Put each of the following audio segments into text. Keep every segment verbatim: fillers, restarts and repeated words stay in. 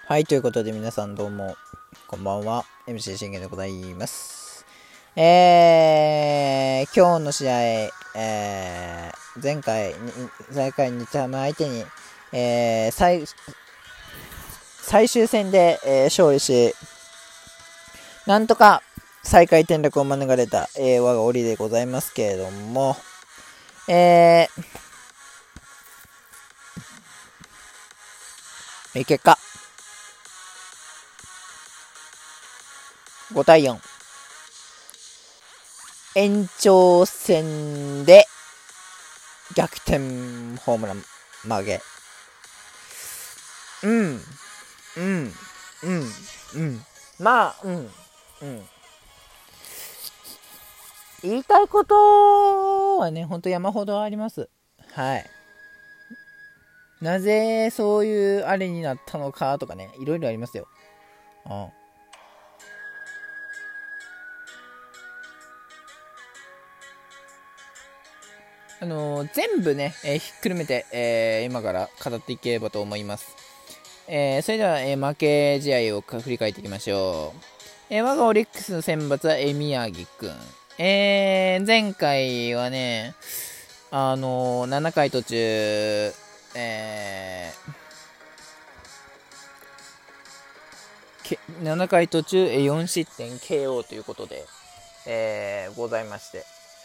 はい、ということで皆さんどうも、こんばんは。エムシー 信玄でございます。えー、今日の試合、えー、前回、前回日ハム相手に、えー、最、最終戦で、えー、勝利し、なんとか最下位転落を免れた、えー、我が折でございますけれども、えー、結果、ごたいよん。延長戦で逆転ホームラン負け。うん。うん。うん。うん。まあ、うん。うん。言いたいことはね、ほんと山ほどあります。はい。なぜそういうあれになったのかとかね、いろいろありますよ。うん。あのー、全部ね、えー、ひっくるめて、えー、今から語っていければと思います。えー、それでは、えー、負け試合を振り返っていきましょう。えー、我がオリックスの選抜は、えー、宮城くん。えー、前回はね、あのー、ななかい途中、えー、ななかい途中よん失点 ケーオー ということで、えー、ございまして、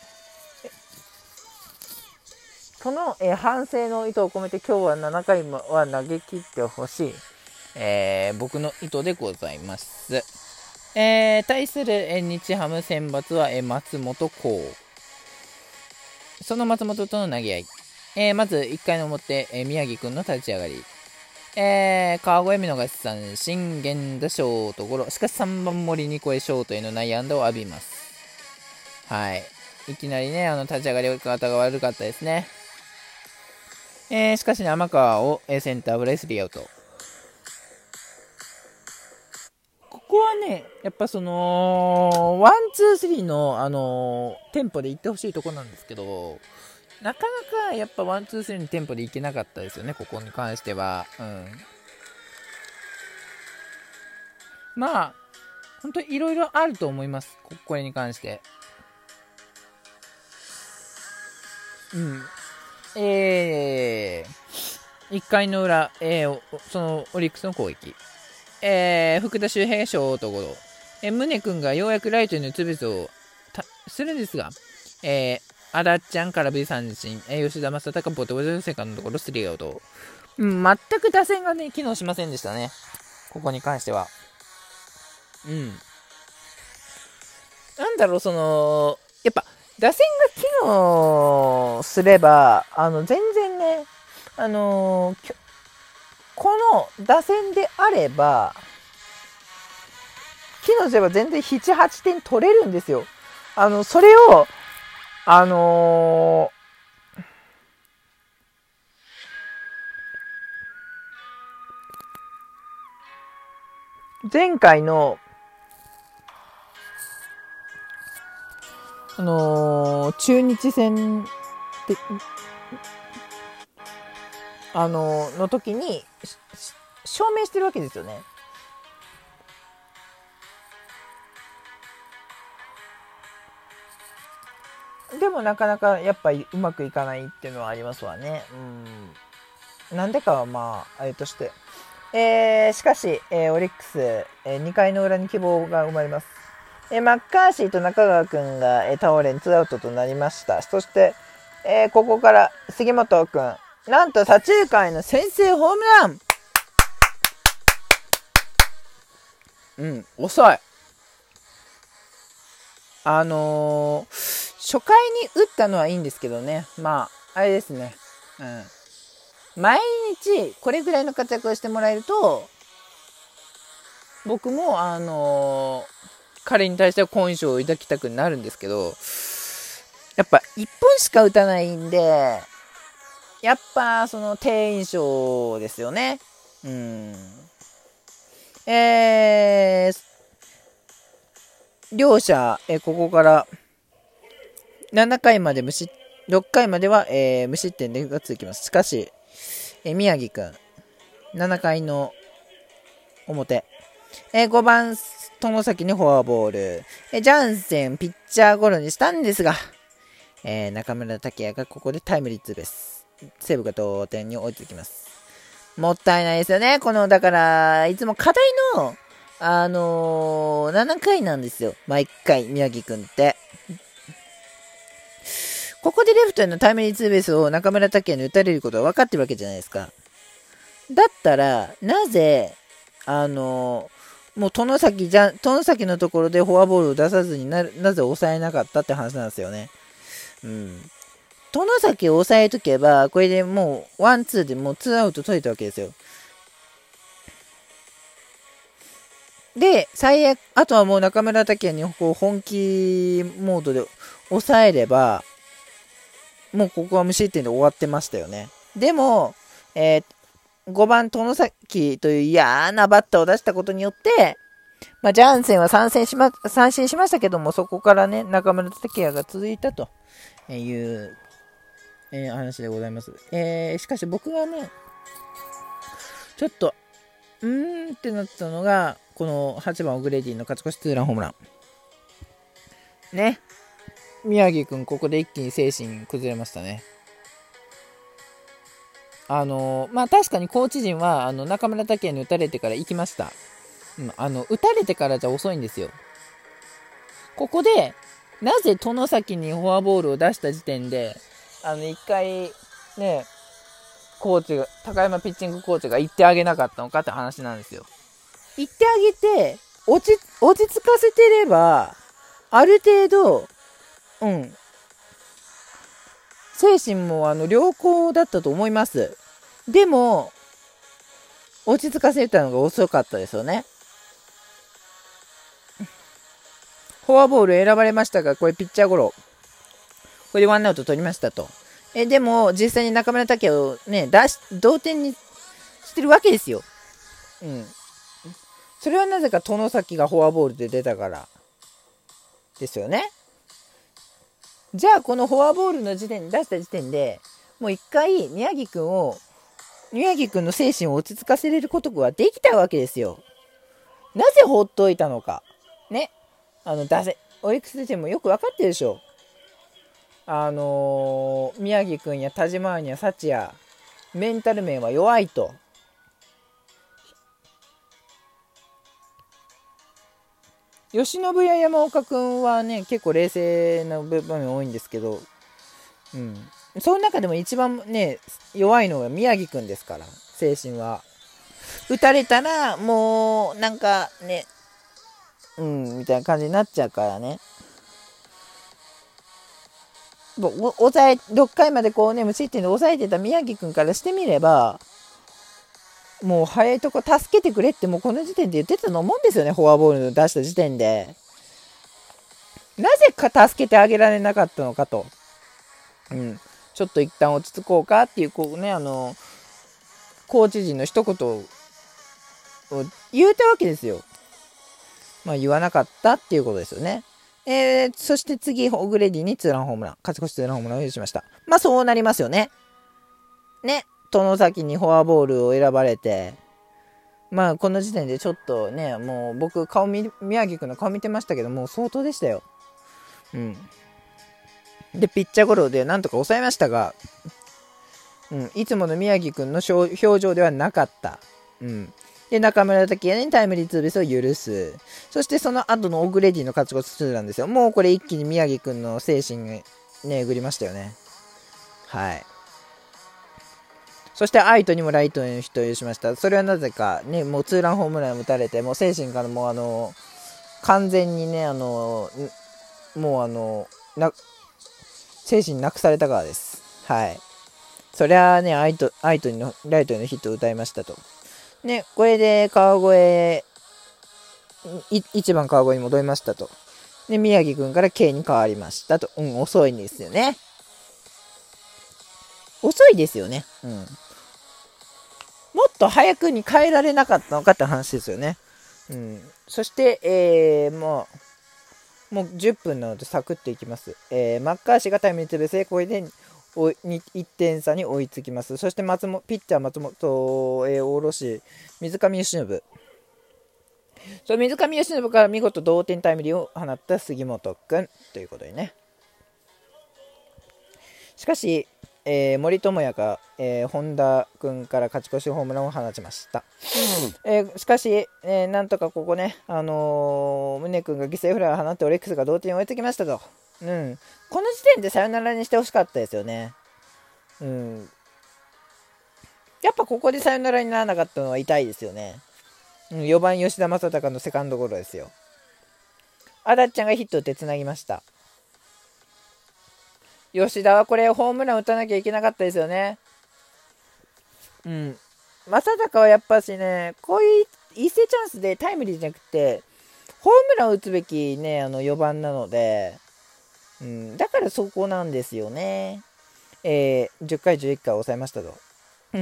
その、えー、反省の意図を込めて今日はななかいは投げ切ってほしい、えー、僕の意図でございます。えー、対する、えー、日ハム選抜は、えー、松本幸。その松本との投げ合い。えー、まずいっかいの表、えー、宮城くんの立ち上がり。えー、川越見逃し三振、源田ショートゴロ。しかしさんばん森に越えショートへの内野安打を浴びます。はい。いきなりね、あの立ち上がり方が悪かったですね。えー、しかしね、天川を、えー、センターフライスリーアウト。ここはね、やっぱその、ワン、ツー、スリーの、あのー、テンポで行ってほしいところなんですけど、なかなかやっぱワン、ツー、スリーのテンポでいけなかったですよね、ここに関しては。うん。まあ、本当にいろいろあると思います、ここれに関して。うん。えー、いっかいの裏、えー、そのオリックスの攻撃。えー、福田周平ショートゴロ。えー、宗君がようやくライトに打つべつをするんですが、えー、あだっちゃんからビ三振、えー、吉田正尚ボトボトセカンドのところスリーアウト。うん、全く打線がね、機能しませんでしたね。ここに関しては。うん。なんだろう、その、やっぱ、打線が機能すれば、あの、全然ね、あのー、この打線であれば、機能すれば全然なな、はちてん取れるんですよ。あの、それを、あのー、前回の、あのー、中日戦で、あのー、の時に、証明してるわけですよね。でもなかなかやっぱりうまくいかないっていうのはありますわね。うん。なんでかはまあ、あれとして。えー、しかし、えー、オリックス、えー、にかいの裏に希望が生まれます。えー、マッカーシーと中川くんが、えー、倒れ、ツーアウトとなりました。そして、えー、ここから杉本くん、なんと左中間への先制ホームラン。うん、遅い。あのー、初回に打ったのはいいんですけどね。まあ、あれですね。うん。毎日これぐらいの活躍をしてもらえると、僕もあのー、彼に対しては好印象を抱きたくなるんですけど、やっぱいっぽんしか打たないんで、やっぱその低印象ですよね。うん。えー、両者、えー、ここからななかいまで無失、ろっかいまでは、えー、無失点が続きます。しかし、えー、宮城くん、ななかいの表。えー、ごばん、外崎にフォアボール。えー、ジャンセン、ピッチャーゴロにしたんですが、えー、中村剛也がここでタイムリーツーベース。西武が同点に追いつきます。もったいないですよね。この、だから、いつも課題の、あのー、ななかいなんですよ。毎回、宮城くんって。ここでレフトへのタイムリーツーベースを中村剛也に打たれることは分かってるわけじゃないですか。だったら、なぜ、あのー、もう殿崎じゃ、殿崎のところでフォアボールを出さずにな、なぜ抑えなかったって話なんですよね。うん。殿崎を抑えとけば、これでもう、ワン、ツーでもうツーアウト取れたわけですよ。で、最悪、あとはもう中村剛也にこう本気モードで抑えれば、もうここは無失点で終わってましたよね。でも、えー、ごばん殿崎という嫌なバッターを出したことによって、まあ、ジャンセンは参戦しま、三振しましたけども、そこからね、中村剛也が続いたという、えー、話でございます。えー、しかし僕がね、ちょっと、うーんってなったのが、このはちばんオグレディの勝ち越しツーランホームラン。ね。宮城くん、ここで一気に精神崩れましたね。あのー、まあ確かにコーチ陣はあの中村剛也に打たれてから行きました。うん、あの打たれてからじゃ遅いんですよ。ここでなぜ殿崎にフォアボールを出した時点であの一回ねコーチが高山ピッチングコーチが言ってあげなかったのかって話なんですよ。言ってあげて落ち落ち着かせてればある程度うん精神もあの良好だったと思います。でも落ち着かせたのが遅かったですよね。フォアボール選ばれましたが、これピッチャーゴロ。これでワンアウト取りましたと。え、でも、実際に中村剛也をね、出し、同点にしてるわけですよ。うん。それはなぜか殿崎がフォアボールで出たから。ですよね。じゃあ、このフォアボールの時点、出した時点で、もう一回、宮城くんを、宮城くんの精神を落ち着かせれることができたわけですよ。なぜ放っといたのか。ね。あの、出せ、オリックスでもよく分かってるでしょ。あのー、宮城くんや田島や幸也、メンタル面は弱いと。吉信や山岡くんはね、結構冷静な場面多いんですけど、うん。その中でも一番ね、弱いのが宮城くんですから、精神は。打たれたら、もう、なんかね、うん、みたいな感じになっちゃうからね。抑え、ろっかいまでこうね、無失点で抑えてた宮城くんからしてみれば、もう早いとこ助けてくれってもうこの時点で言ってたと思うんですよね、フォアボール出した時点で。なぜか助けてあげられなかったのかと。うん。ちょっと一旦落ち着こうかっていう、こうね、あの、コーチ陣の一言を言うたわけですよ。まあ言わなかったっていうことですよね。えー、そして次、オグレディにツーランホームラン、勝ち越しツーランホームランを許しました。まあそうなりますよね。ね、殿崎にフォアボールを選ばれて、まあこの時点でちょっとね、もう僕顔見、宮城くんの顔見てましたけど、もう相当でしたよ。うん。で、ピッチャーゴロでなんとか抑えましたが、うん、いつもの宮城くんの表情ではなかった。うん。で、中村剛也にタイムリーツーベースを許す。そしてその後のオグレディの勝ち越しツーランですよ。もうこれ一気に宮城くんの精神ね、えぐりましたよね。はい。そしてアイトにもライトにヒットを許しました。それはなぜかね、もうツーランホームラン打たれて、もう精神からもうあの、完全にね、あの、もうあの、な、精神なくされたからです。はい。そりゃあね、アイト、アイトにの、ライトにのヒットを打たれましたと。ね、これで川越、いちばん川越に戻りましたと。で、宮城くんから K に変わりましたと。うん、遅いんですよね。遅いですよね。うん。もっと早くに変えられなかったのかって話ですよね。うん。そして、えー、もう、もうじゅっぷんなのでサクッといきます。えー、マッカーシーがタイムリーツーベースで、これでいってん差に追いつきます。そして松本ピッチャー松本、えー、おろし水上由伸そう、水上由伸から見事同点タイムリーを放った杉本くんということでね。しかし、えー、森友哉が、えー、本田君から勝ち越しホームランを放ちました。うんえー、しかし、えー、なんとかここね、あのー、宗君が犠牲フライを放ってオリックスが同点に追いつきましたと。うん、この時点でサヨナラにしてほしかったですよね。うん、やっぱここでサヨナラにならなかったのは痛いですよね。うん、よばん吉田正尚のセカンドゴロですよ。あだっちゃんがヒット打ってつなぎました。吉田はこれホームラン打たなきゃいけなかったですよね。うん。正尚はやっぱしね、こういう一斉チャンスでタイムリーじゃなくて、ホームランを打つべきね、あのよばんなので、うん、だからそこなんですよね。えー、じゅっかいじゅういっかい抑えましたと。うん。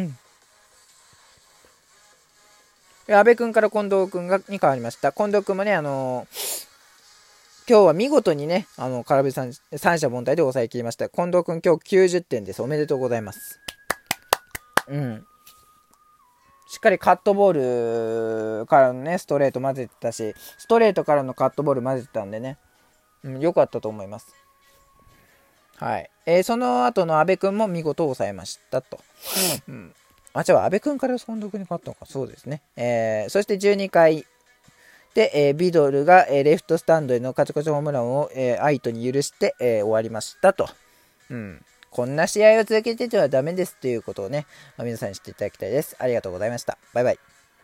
阿部君から近藤君がに変わりました。近藤君もね、あのー、今日は見事にね、あの空振り三者凡退で抑えきりました。近藤君今日きゅうじゅってんです。おめでとうございます。うん。しっかりカットボールからのね、ストレート混ぜてたし、ストレートからのカットボール混ぜてたんでね、うん、良かったと思います。はい。えー、その後の阿部君も見事抑えましたと。うん。うん、あ、じゃあ阿部君から近藤君に変わったのか。そうですね。えー、そしてじゅうにかいで、えー、ビドルが、えー、レフトスタンドへの勝ち越しホームランを、えー、アイトに許して、えー、終わりましたと。うん。こんな試合を続けててはダメですということをね、まあ、皆さんに知っていただきたいです。ありがとうございました。バイバイ。